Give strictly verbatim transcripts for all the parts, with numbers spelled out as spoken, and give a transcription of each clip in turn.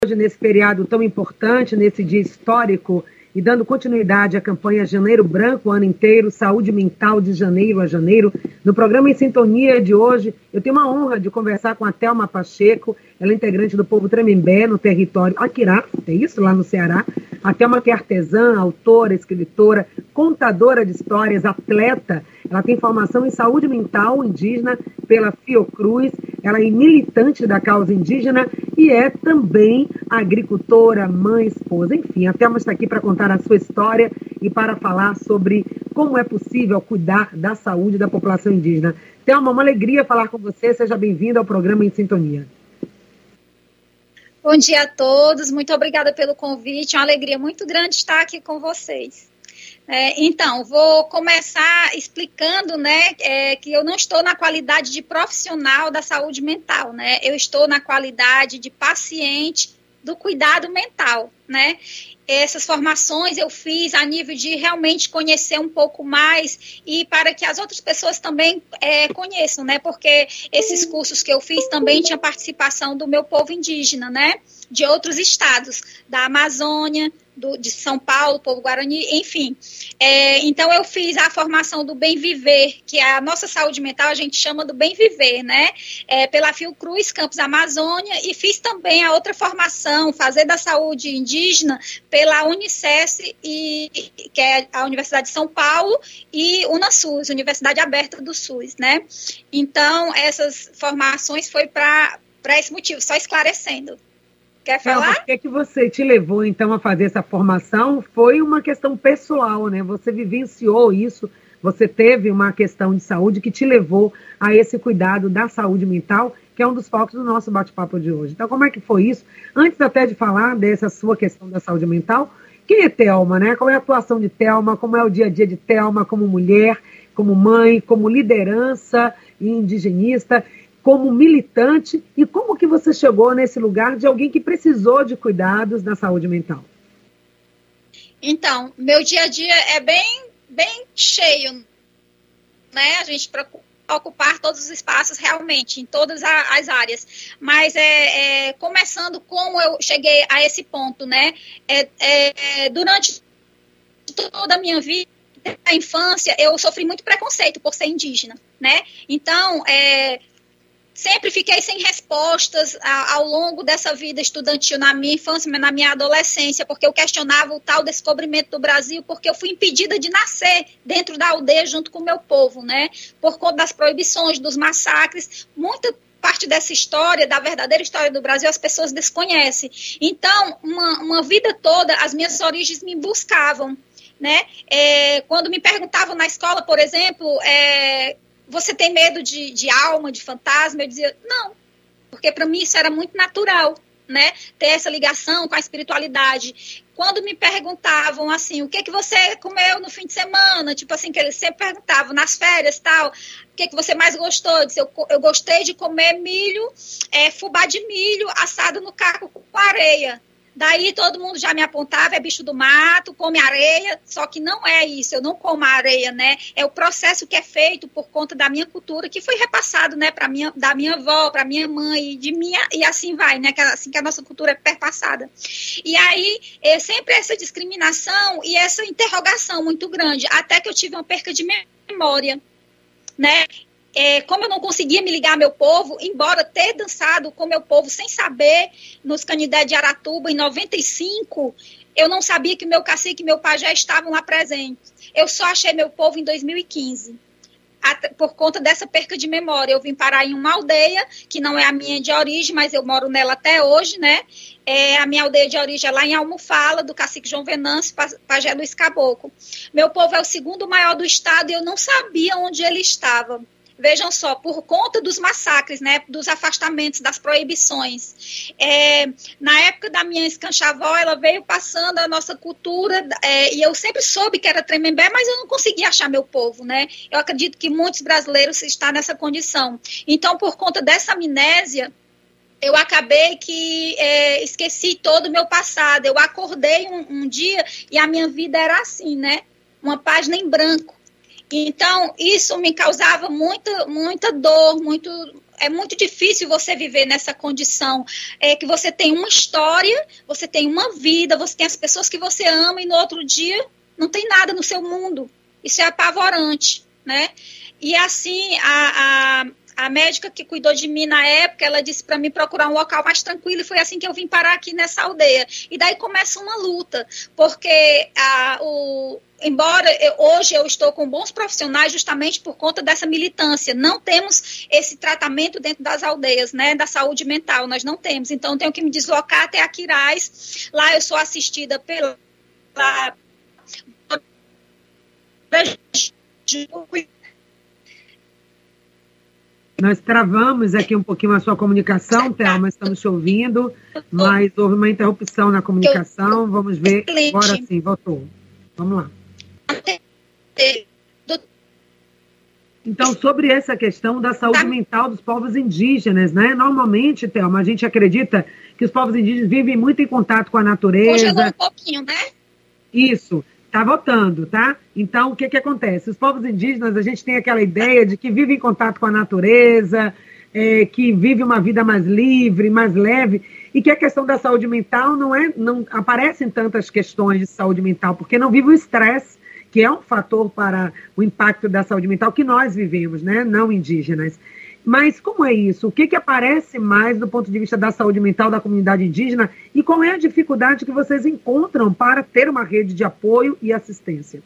Hoje, nesse feriado tão importante, nesse dia histórico, e dando continuidade à campanha Janeiro Branco, o ano inteiro, saúde mental de janeiro a janeiro. No programa Em Sintonia de hoje, eu tenho uma honra de conversar com a Thelma Pacheco, ela é integrante do povo Tremembé, no território Aquirá, é isso, lá no Ceará. A Thelma que é artesã, autora, escritora, contadora de histórias, atleta. Ela tem formação em saúde mental indígena pela Fiocruz, ela é militante da causa indígena e é também agricultora, mãe, esposa, enfim. A Thelma está aqui para contar a sua história e para falar sobre como é possível cuidar da saúde da população indígena. Thelma, uma alegria falar com você, seja bem-vinda ao programa Em Sintonia. Bom dia a todos, muito obrigada pelo convite, é uma alegria muito grande estar aqui com vocês. É, então, vou começar explicando, né, é, que eu não estou na qualidade de profissional da saúde mental, né, eu estou na qualidade de paciente do cuidado mental, né. Essas formações eu fiz a nível de realmente conhecer um pouco mais e para que as outras pessoas também é, conheçam, né? Porque esses cursos que eu fiz também tinha participação do meu povo indígena, né? De outros estados, da Amazônia, do, de São Paulo, povo Guarani, enfim. É, então, eu fiz a formação do Bem Viver, que é a nossa saúde mental, a gente chama do Bem Viver, né? É, pela Fiocruz, Campus Amazônia, e fiz também a outra formação, Fazer da Saúde Indígena, pela Unicef, e, que é a Universidade de São Paulo, e UnaSUS, Universidade Aberta do SUS, né? Então, essas formações foi para esse motivo, só esclarecendo. Quer falar? O que é que você te levou, então, a fazer essa formação? Foi uma questão pessoal, né? Você vivenciou isso, você teve uma questão de saúde que te levou a esse cuidado da saúde mental, que é um dos focos do nosso bate-papo de hoje. Então, como é que foi isso? Antes até de falar dessa sua questão da saúde mental, quem é Thelma, né? Qual é a atuação de Thelma? Como é o dia a dia de Thelma como mulher, como mãe, como liderança indigenista, como militante, e como que você chegou nesse lugar de alguém que precisou de cuidados da saúde mental? Então, meu dia a dia é bem, bem cheio, né? A gente procura ocupar todos os espaços realmente, em todas as áreas. Mas é, é, começando como eu cheguei a esse ponto, né? É, é, durante toda a minha vida, a infância, eu sofri muito preconceito por ser indígena, né? Então, é, sempre fiquei sem respostas ao longo dessa vida estudantil, na minha infância, mas na minha adolescência, porque eu questionava o tal descobrimento do Brasil, porque eu fui impedida de nascer dentro da aldeia junto com o meu povo, né? Por conta das proibições, dos massacres, muita parte dessa história, da verdadeira história do Brasil, as pessoas desconhecem. Então, uma, uma vida toda, as minhas origens me buscavam, né? É, quando me perguntavam na escola, por exemplo, é, você tem medo de, de alma, de fantasma? Eu dizia, não, porque para mim isso era muito natural, né? Ter essa ligação com a espiritualidade. Quando me perguntavam assim, o que que você comeu no fim de semana? Tipo assim, que eles sempre perguntavam, nas férias e tal, o que que você mais gostou? Eu disse, eu, eu gostei de comer milho, é, fubá de milho assado no caco com areia. Daí todo mundo já me apontava, é bicho do mato, come areia, só que não é isso, eu não como areia, né? É o processo que é feito por conta da minha cultura, que foi repassado, né, pra minha, da minha avó, para minha mãe, de minha, e assim vai, né? Que, assim que a nossa cultura é perpassada. E aí, é sempre essa discriminação e essa interrogação muito grande, até que eu tive uma perca de memória, né? É, como eu não conseguia me ligar ao meu povo, embora ter dançado com meu povo sem saber, nos Canidé de Aratuba, em noventa e cinco, eu não sabia que meu cacique e meu pajé estavam lá presentes. Eu só achei meu povo em dois mil e quinze. Por conta dessa perca de memória, eu vim parar em uma aldeia, que não é a minha de origem, mas eu moro nela até hoje, né? É, a minha aldeia de origem é lá em Almofala, do cacique João Venâncio, pajé Luiz Caboclo. Meu povo é o segundo maior do estado e eu não sabia onde ele estava. Vejam só, por conta dos massacres, né, dos afastamentos, das proibições. É, na época da minha escanchavó, ela veio passando a nossa cultura, é, e eu sempre soube que era Tremembé, mas eu não conseguia achar meu povo, né? Eu acredito que muitos brasileiros estão nessa condição. Então, por conta dessa amnésia, eu acabei que é, esqueci todo o meu passado. Eu acordei um, um dia e a minha vida era assim, né? Uma página em branco. Então, isso me causava muita, muita dor, muito, é muito difícil você viver nessa condição, é, que você tem uma história, você tem uma vida, você tem as pessoas que você ama e no outro dia não tem nada no seu mundo. Isso é apavorante, né? E assim, a, a, a médica que cuidou de mim na época, ela disse para mim procurar um local mais tranquilo, e foi assim que eu vim parar aqui nessa aldeia. E daí começa uma luta, porque a, o, embora eu, hoje eu estou com bons profissionais justamente por conta dessa militância, não temos esse tratamento dentro das aldeias, né, da saúde mental, nós não temos. Então eu tenho que me deslocar até Aquiraz, lá eu sou assistida pela... Nós travamos aqui um pouquinho a sua comunicação, Thelma, estamos te ouvindo, mas houve uma interrupção na comunicação. Vamos ver, agora sim, voltou. Vamos lá. Então, sobre essa questão da saúde mental dos povos indígenas, né? Normalmente, Thelma, a gente acredita que os povos indígenas vivem muito em contato com a natureza. Congelou um pouquinho, né? Isso. Está voltando, tá? Então, o que que acontece? Os povos indígenas, a gente tem aquela ideia de que vive em contato com a natureza, é, que vive uma vida mais livre, mais leve, e que a questão da saúde mental não é, não aparecem tantas questões de saúde mental, porque não vive o estresse, que é um fator para o impacto da saúde mental que nós vivemos, né? Não indígenas. Mas como é isso? O que que aparece mais do ponto de vista da saúde mental da comunidade indígena e qual é a dificuldade que vocês encontram para ter uma rede de apoio e assistência?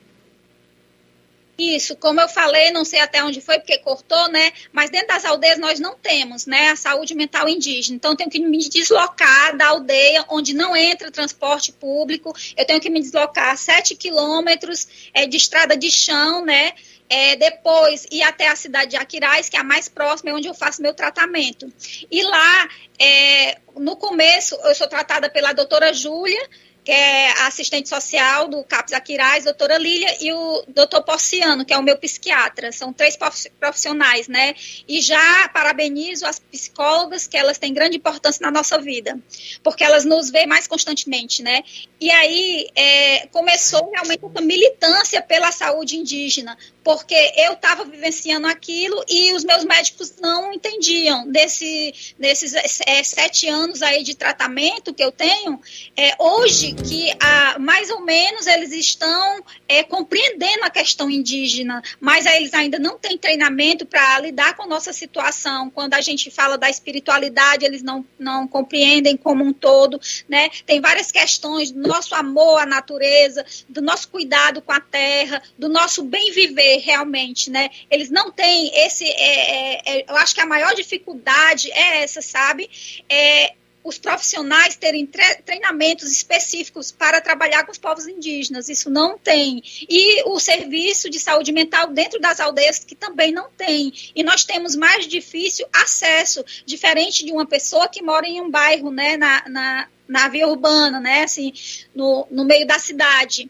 Isso, como eu falei, não sei até onde foi, porque cortou, né? Mas dentro das aldeias nós não temos, né, a saúde mental indígena. Então, eu tenho que me deslocar da aldeia onde não entra transporte público. Eu tenho que me deslocar sete quilômetros é, de estrada de chão, né? É, depois ir até a cidade de Aquiraz, que é a mais próxima, é onde eu faço meu tratamento. E lá, é, no começo, eu sou tratada pela doutora Júlia, que é a assistente social do CAPS Aquiraz, doutora Lília, e o doutor Porciano, que é o meu psiquiatra. São três profissionais, né? E já parabenizo as psicólogas, que elas têm grande importância na nossa vida, porque elas nos veem mais constantemente, né? E aí é, começou realmente uma militância pela saúde indígena, porque eu estava vivenciando aquilo e os meus médicos não entendiam. Desse, desses é, sete anos aí de tratamento que eu tenho, é, hoje que ah, mais ou menos eles estão é, compreendendo a questão indígena, mas aí eles ainda não têm treinamento para lidar com a nossa situação. Quando a gente fala da espiritualidade, eles não, não compreendem como um todo, né? Tem várias questões do nosso amor à natureza, do nosso cuidado com a terra, do nosso bem viver realmente, né? Eles não têm esse, é, é, é, eu acho que a maior dificuldade é essa, sabe? É os profissionais terem tre- treinamentos específicos para trabalhar com os povos indígenas, isso não tem. E o serviço de saúde mental dentro das aldeias, que também não tem. E nós temos mais difícil acesso, diferente de uma pessoa que mora em um bairro, né, na, na, na via urbana, né, assim, no, no meio da cidade.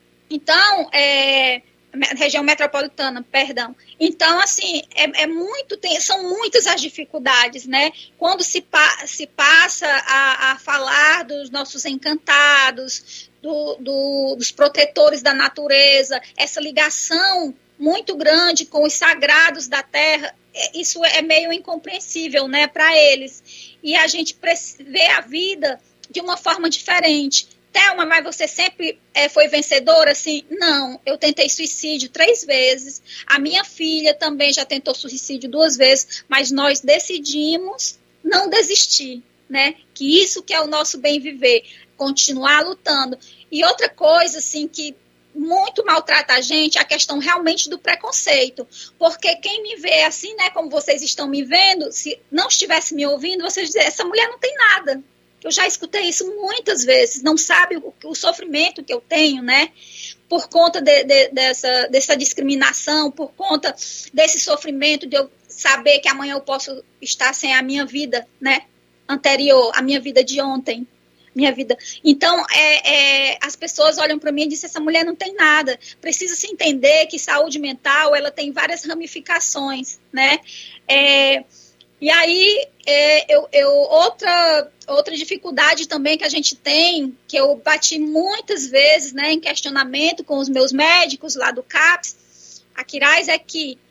Então, é... região metropolitana, perdão. Então, assim, é, é muito, tem, são muitas as dificuldades, né? Quando se, pa, se passa a, a falar dos nossos encantados, do, do, dos protetores da natureza, essa ligação muito grande com os sagrados da terra, é, isso é meio incompreensível, né, para eles. E a gente vê a vida de uma forma diferente. Thelma, mas você sempre é, foi vencedora? Assim, não, eu tentei suicídio três vezes, a minha filha também já tentou suicídio duas vezes, mas nós decidimos não desistir, né? Que isso que é o nosso bem viver, continuar lutando. E outra coisa, assim, que muito maltrata a gente, é a questão realmente do preconceito, porque quem me vê assim, né, como vocês estão me vendo, se não estivesse me ouvindo, vocês dizem, essa mulher não tem nada. Eu já escutei isso muitas vezes, não sabe o, o sofrimento que eu tenho, né? Por conta de, de, dessa, dessa discriminação, por conta desse sofrimento de eu saber que amanhã eu posso estar sem a minha vida, né? Anterior, a minha vida de ontem, minha vida. Então, é, é, as pessoas olham para mim e dizem, essa mulher não tem nada. Precisa se entender que saúde mental, ela tem várias ramificações, né? É... E aí, é, eu, eu, outra, outra dificuldade também que a gente tem, que eu bati muitas vezes, né, em questionamento com os meus médicos lá do CAPS, Aquiraz, é que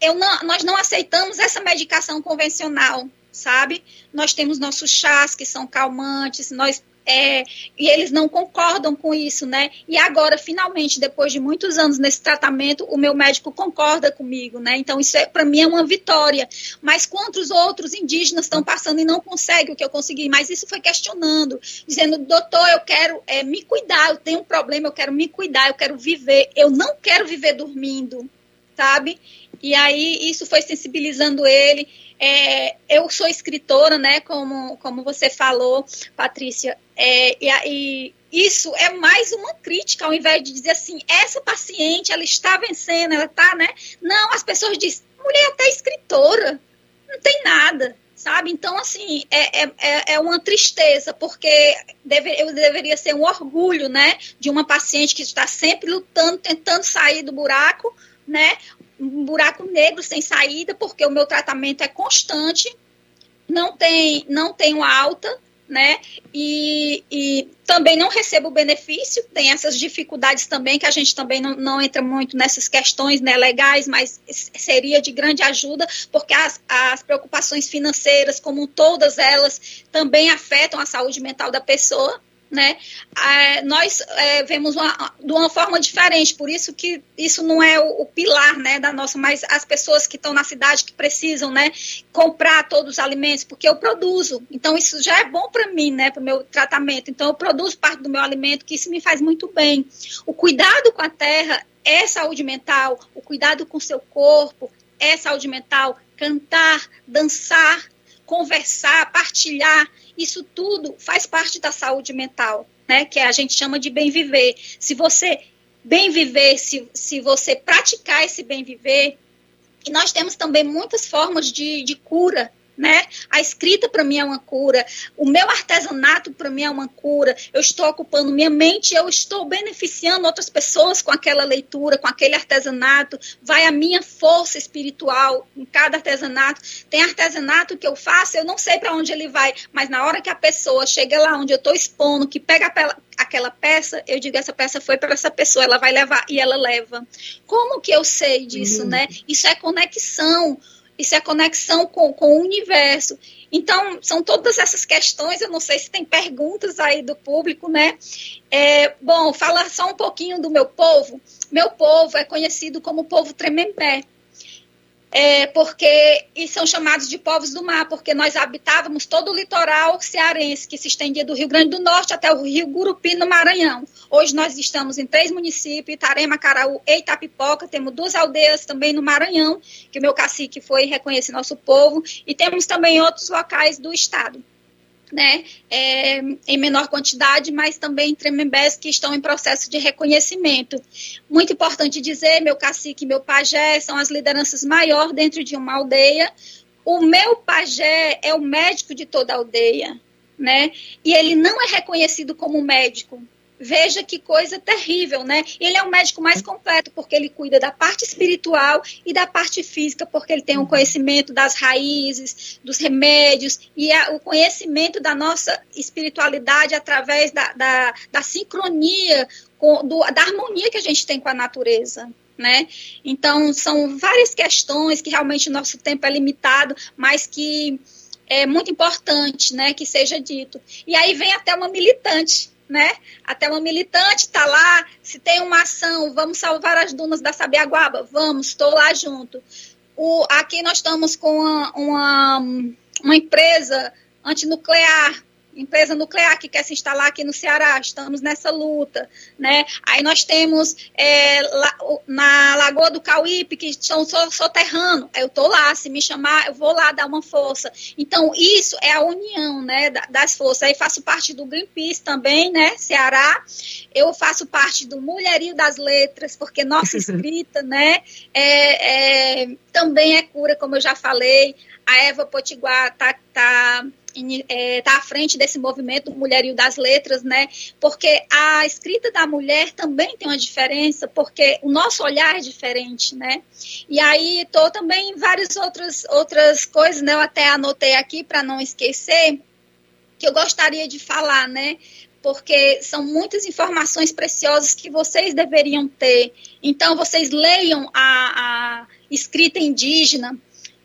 eu não, nós não aceitamos essa medicação convencional, sabe? Nós temos nossos chás que são calmantes, nós, é, e eles não concordam com isso, né? E agora, finalmente, depois de muitos anos nesse tratamento, o meu médico concorda comigo, né? Então, isso é, para mim é uma vitória. Mas quantos outros indígenas estão passando e não conseguem o que eu consegui? Mas isso foi questionando, dizendo, doutor, eu quero é, me cuidar, eu tenho um problema, eu quero me cuidar, eu quero viver, eu não quero viver dormindo, sabe? E aí, isso foi sensibilizando ele. É, eu sou escritora, né, como, como você falou, Patrícia, é, e, e isso é mais uma crítica, ao invés de dizer assim, essa paciente, ela está vencendo, ela está, né, não, as pessoas dizem, mulher até escritora, não tem nada, sabe, então, assim, é, é, é uma tristeza, porque deve, eu deveria ser um orgulho, né, de uma paciente que está sempre lutando, tentando sair do buraco, né, um buraco negro sem saída, porque o meu tratamento é constante, não tem, não tenho alta, né, e, e também não recebo benefício, tem essas dificuldades também, que a gente também não, não entra muito nessas questões, né, legais, mas seria de grande ajuda, porque as, as preocupações financeiras, como todas elas, também afetam a saúde mental da pessoa, né? É, nós é, vemos uma, de uma forma diferente, por isso que isso não é o, o pilar, né, da nossa, mas as pessoas que estão na cidade que precisam, né, comprar todos os alimentos, porque eu produzo, então isso já é bom para mim, né, para o meu tratamento, então eu produzo parte do meu alimento, que isso me faz muito bem. O cuidado com a terra é saúde mental, o cuidado com o seu corpo é saúde mental, cantar, dançar, conversar, partilhar, isso tudo faz parte da saúde mental, né, que a gente chama de bem viver. Se você bem viver, se, se você praticar esse bem viver, e nós temos também muitas formas de, de cura, né? A escrita para mim é uma cura, o meu artesanato para mim é uma cura, eu estou ocupando minha mente, eu estou beneficiando outras pessoas com aquela leitura, com aquele artesanato, vai a minha força espiritual em cada artesanato. Tem artesanato que eu faço, eu não sei para onde ele vai, mas na hora que a pessoa chega lá onde eu estou expondo, que pega aquela, aquela peça, eu digo, essa peça foi para essa pessoa, ela vai levar, e ela leva. Como que eu sei disso, uhum. né? Isso é conexão. Isso é conexão com, com o universo. Então, são todas essas questões, eu não sei se tem perguntas aí do público, né? É, bom, falar só um pouquinho do meu povo. Meu povo é conhecido como povo Tremembé. É, porque, e são chamados de povos do mar, porque nós habitávamos todo o litoral cearense, que se estendia do Rio Grande do Norte até o Rio Gurupi, no Maranhão. Hoje nós estamos em três municípios, Itarém, Macaraú e Itapipoca, temos duas aldeias também no Maranhão, que o meu cacique foi reconhecer nosso povo, e temos também outros locais do estado, né, é, em menor quantidade, mas também tremembés que estão em processo de reconhecimento. Muito importante dizer, meu cacique e meu pajé são as lideranças maiores dentro de uma aldeia. O meu pajé é o médico de toda a aldeia, né, e ele não é reconhecido como médico. Veja que coisa terrível, né? Ele é o médico mais completo, porque ele cuida da parte espiritual e da parte física, porque ele tem o conhecimento das raízes, dos remédios, e a, o conhecimento da nossa espiritualidade através da, da, da sincronia, com, do, da harmonia que a gente tem com a natureza, né? Então, são várias questões que realmente o nosso tempo é limitado, mas que é muito importante, né, que seja dito. E aí vem até uma militante, né? Até uma militante está lá, se tem uma ação, vamos salvar as dunas da Sabiaguaba, vamos, estou lá junto. O, aqui nós estamos com uma, uma, uma empresa antinuclear, empresa nuclear que quer se instalar aqui no Ceará, estamos nessa luta, né? Aí nós temos é, la, na Lagoa do Cauípe, que são soterranos, eu estou lá, se me chamar, eu vou lá dar uma força. Então, isso é a união, né, das forças. Aí faço parte do Greenpeace também, né, Ceará, eu faço parte do Mulherio das Letras, porque nossa escrita, né, é, é, também é cura, como eu já falei. A Eva Potiguar está... Tá, está à frente desse movimento Mulherio das Letras, né? Porque a escrita da mulher também tem uma diferença, porque o nosso olhar é diferente, né? E aí estou também em várias outras, outras coisas, né? Eu até anotei aqui para não esquecer, que eu gostaria de falar, né? Porque são muitas informações preciosas que vocês deveriam ter. Então, vocês leiam a... a escrita indígena,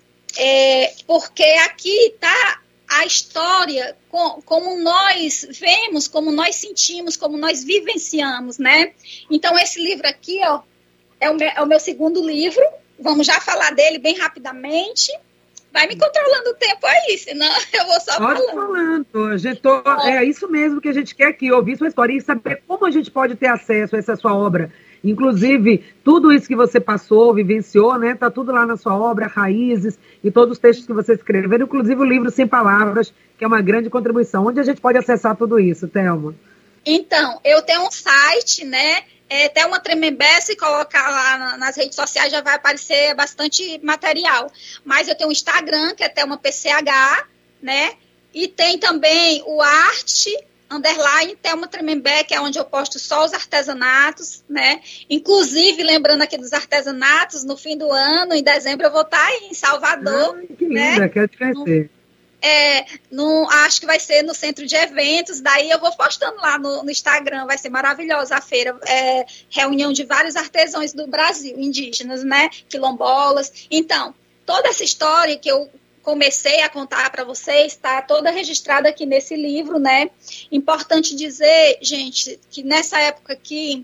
é, porque aqui está a história com, como nós vemos, como nós sentimos, como nós vivenciamos, né? Então, esse livro aqui, ó, é o meu, é o meu segundo livro. Vamos já falar dele bem rapidamente. Vai me controlando o tempo aí, senão eu vou só pode falando. falando. A gente tô, é isso mesmo que a gente quer aqui, ouvir sua história e saber como a gente pode ter acesso a essa sua obra. Inclusive, tudo isso que você passou, vivenciou, né? Tá tudo lá na sua obra, Raízes, e todos os textos que você escreveu, inclusive o livro Sem Palavras, que é uma grande contribuição. Onde a gente pode acessar tudo isso, Thelma? Então, eu tenho um site, né? É, Thelma Tremembé, se colocar lá nas redes sociais já vai aparecer bastante material. Mas eu tenho um Instagram, que é Thelma P C H, né? E tem também o Arte, underline, Thelma Tremembé, que é onde eu posto só os artesanatos, né? Inclusive, lembrando aqui dos artesanatos, no fim do ano, em dezembro, eu vou estar aí em Salvador. Ai, que linda, né? Quero te conhecer. É, no, acho que vai ser no centro de eventos, daí eu vou postando lá no, no Instagram, vai ser maravilhosa a feira, é, reunião de vários artesãos do Brasil, indígenas, né, quilombolas. Então, toda essa história que eu comecei a contar para vocês está toda registrada aqui nesse livro, né. Importante dizer, gente, que nessa época aqui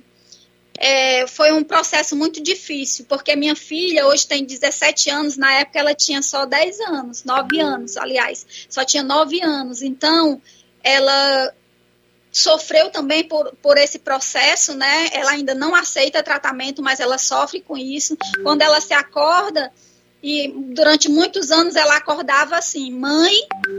É, foi um processo muito difícil, porque a minha filha hoje tem dezessete anos, na época ela tinha só dez anos, nove anos, aliás, só tinha nove anos, então ela sofreu também por, por esse processo, né? Ela ainda não aceita tratamento, mas ela sofre com isso. Quando ela se acorda, e durante muitos anos ela acordava assim, mãe,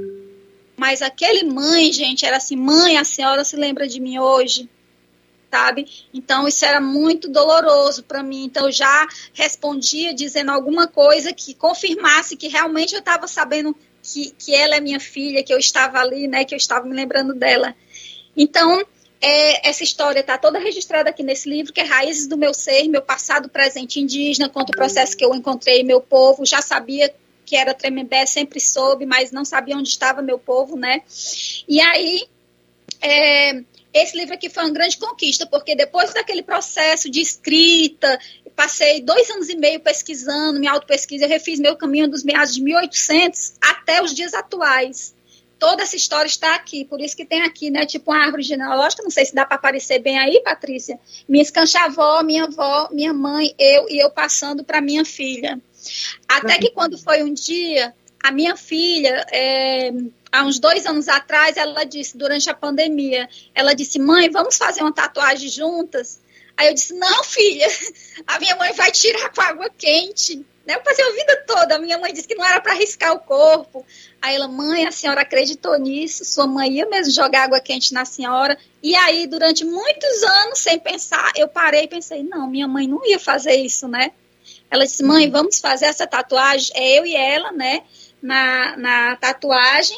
mas aquele mãe, gente, era assim, mãe, a senhora se lembra de mim hoje? Sabe? Então, isso era muito doloroso para mim. Então, eu já respondia dizendo alguma coisa que confirmasse que realmente eu estava sabendo que, que ela é minha filha, que eu estava ali, né, que eu estava me lembrando dela. Então, é, essa história está toda registrada aqui nesse livro, que é Raízes do Meu Ser, meu passado, presente indígena, conta o processo que eu encontrei meu povo, já sabia que era Tremembé, sempre soube, mas não sabia onde estava meu povo, né? E aí, é... esse livro aqui foi uma grande conquista, porque depois daquele processo de escrita, passei dois anos e meio pesquisando, minha autopesquisa, eu refiz meu caminho dos meados de mil e oitocentos até os dias atuais. Toda essa história está aqui, por isso que tem aqui, né, tipo uma árvore genealógica, não sei se dá para aparecer bem aí, Patrícia, minha escanchavó, minha avó, minha mãe, eu e eu passando para minha filha. Até que quando foi um dia, a minha filha... É, há uns dois anos atrás, ela disse, durante a pandemia, ela disse, mãe, vamos fazer uma tatuagem juntas? Aí eu disse, não, filha, a minha mãe vai tirar com água quente. Né? Eu passei a vida toda, a minha mãe disse que não era para arriscar o corpo. Aí ela, mãe, a senhora acreditou nisso, sua mãe ia mesmo jogar água quente na senhora. E aí, durante muitos anos, sem pensar, eu parei e pensei, não, minha mãe não ia fazer isso, né? Ela disse, mãe, vamos fazer essa tatuagem, é eu e ela, né, na, na tatuagem.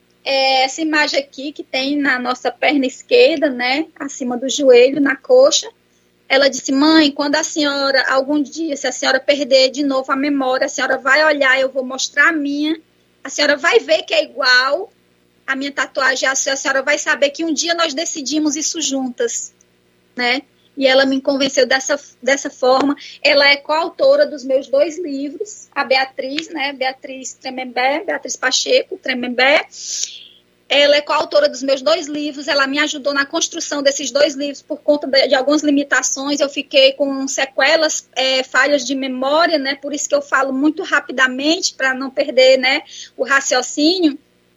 É essa imagem aqui que tem na nossa perna esquerda, né, acima do joelho, na coxa. Ela disse, mãe, quando a senhora, algum dia, se a senhora perder de novo a memória, a senhora vai olhar, eu vou mostrar a minha, a senhora vai ver que é igual, a minha tatuagem, a senhora vai saber que um dia nós decidimos isso juntas, né? E ela me convenceu dessa, dessa forma. Ela é coautora dos meus dois livros, a Beatriz, né, Beatriz Tremembé, Beatriz Pacheco Tremembé. Ela é coautora dos meus dois livros, ela me ajudou na construção desses dois livros por conta de, de algumas limitações. Eu fiquei com sequelas, é, falhas de memória, né, por isso que eu falo muito rapidamente, para não perder, né, o raciocínio.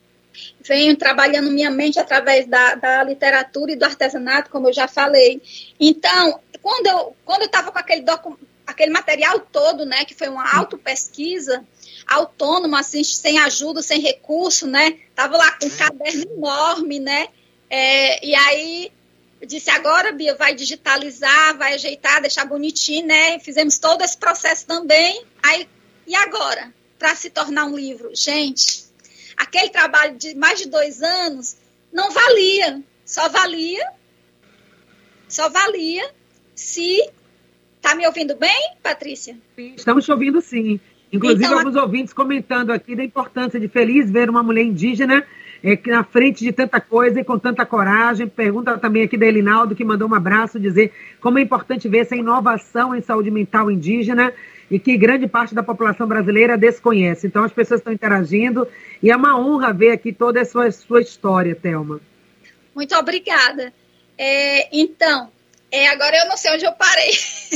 Venho trabalhando minha mente através da, da literatura e do artesanato, como eu já falei. Então, quando eu quando eu estava com aquele, docu, aquele material todo, né, que foi uma autopesquisa, autônoma, assim, sem ajuda, sem recurso, né, estava lá com um caderno enorme, né, é, e aí eu disse, agora, Bia, vai digitalizar, vai ajeitar, deixar bonitinho, né, fizemos todo esse processo também, aí, e agora? Para se tornar um livro? Gente... aquele trabalho de mais de dois anos não valia, só valia, só valia se... Tá me ouvindo bem, Patrícia? Estamos te ouvindo, sim. Inclusive, então, alguns a... ouvintes comentando aqui da importância de feliz ver uma mulher indígena é, na frente de tanta coisa e com tanta coragem. Pergunta também aqui da Elinaldo, que mandou um abraço, dizer como é importante ver essa inovação em saúde mental indígena e que grande parte da população brasileira desconhece. Então, as pessoas estão interagindo e é uma honra ver aqui toda a sua, sua história, Thelma. Muito obrigada. É, então, é, agora eu não sei onde eu parei.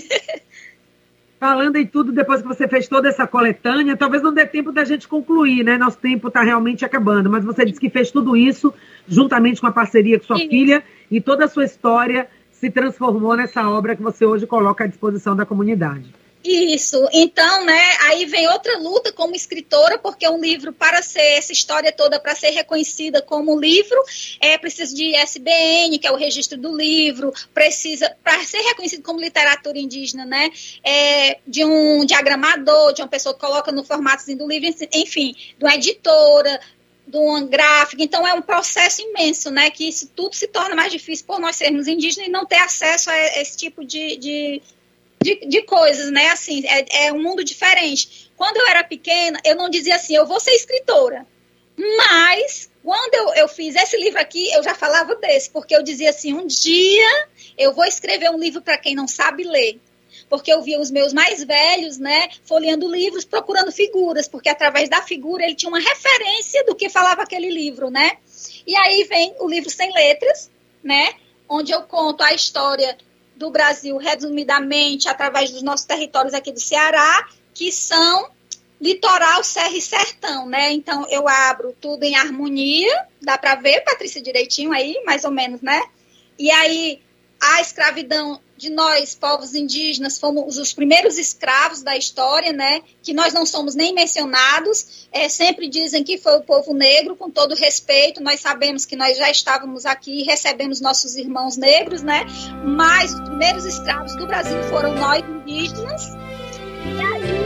Falando em tudo, depois que você fez toda essa coletânea, talvez não dê tempo da gente concluir, né? Nosso tempo está realmente acabando, mas você disse que fez tudo isso juntamente com a parceria com sua isso. filha e toda a sua história se transformou nessa obra que você hoje coloca à disposição da comunidade. Isso, então, né, aí vem outra luta como escritora, porque um livro, para ser, essa história toda, para ser reconhecida como livro, é preciso de I S B N, que é o registro do livro, precisa, para ser reconhecido como literatura indígena, né, é, de um diagramador, de uma pessoa que coloca no formatozinho do livro, enfim, de uma editora, de uma gráfica, então é um processo imenso, né, que isso tudo se torna mais difícil por nós sermos indígenas e não ter acesso a esse tipo de... de De, de coisas, né, assim, é, é um mundo diferente. Quando eu era pequena, eu não dizia assim, eu vou ser escritora, mas quando eu, eu fiz esse livro aqui, eu já falava desse, porque eu dizia assim, um dia eu vou escrever um livro para quem não sabe ler, porque eu via os meus mais velhos, né, folheando livros, procurando figuras, porque através da figura ele tinha uma referência do que falava aquele livro, né, e aí vem o livro Sem Letras, né, onde eu conto a história do Brasil, resumidamente, através dos nossos territórios aqui do Ceará, que são litoral, serra e sertão, né? Então, eu abro tudo em harmonia, dá para ver, Patrícia, direitinho aí, mais ou menos, né? E aí, a escravidão de nós, povos indígenas, fomos os primeiros escravos da história, né? Que nós não somos nem mencionados, é, sempre dizem que foi o povo negro, com todo respeito, nós sabemos que nós já estávamos aqui e recebemos nossos irmãos negros, né? Mas os primeiros escravos do Brasil foram nós, indígenas. E aí...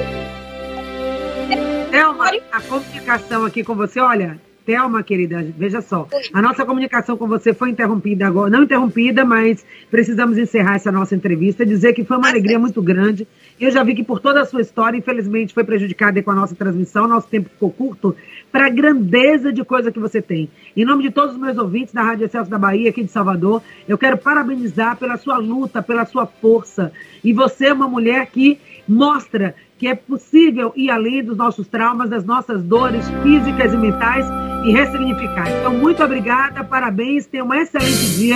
Thelma, a comunicação aqui com você, olha... Thelma, querida, veja só, a nossa comunicação com você foi interrompida agora, não interrompida, mas precisamos encerrar essa nossa entrevista, dizer que foi uma alegria muito grande. Eu já vi que por toda a sua história, infelizmente, foi prejudicada com a nossa transmissão, nosso tempo ficou curto, para a grandeza de coisa que você tem. Em nome de todos os meus ouvintes da Rádio Excelsior da Bahia, aqui de Salvador, eu quero parabenizar pela sua luta, pela sua força. E você é uma mulher que mostra que é possível ir além dos nossos traumas, das nossas dores físicas e mentais e ressignificar. Então, muito obrigada, parabéns, tenha um excelente dia.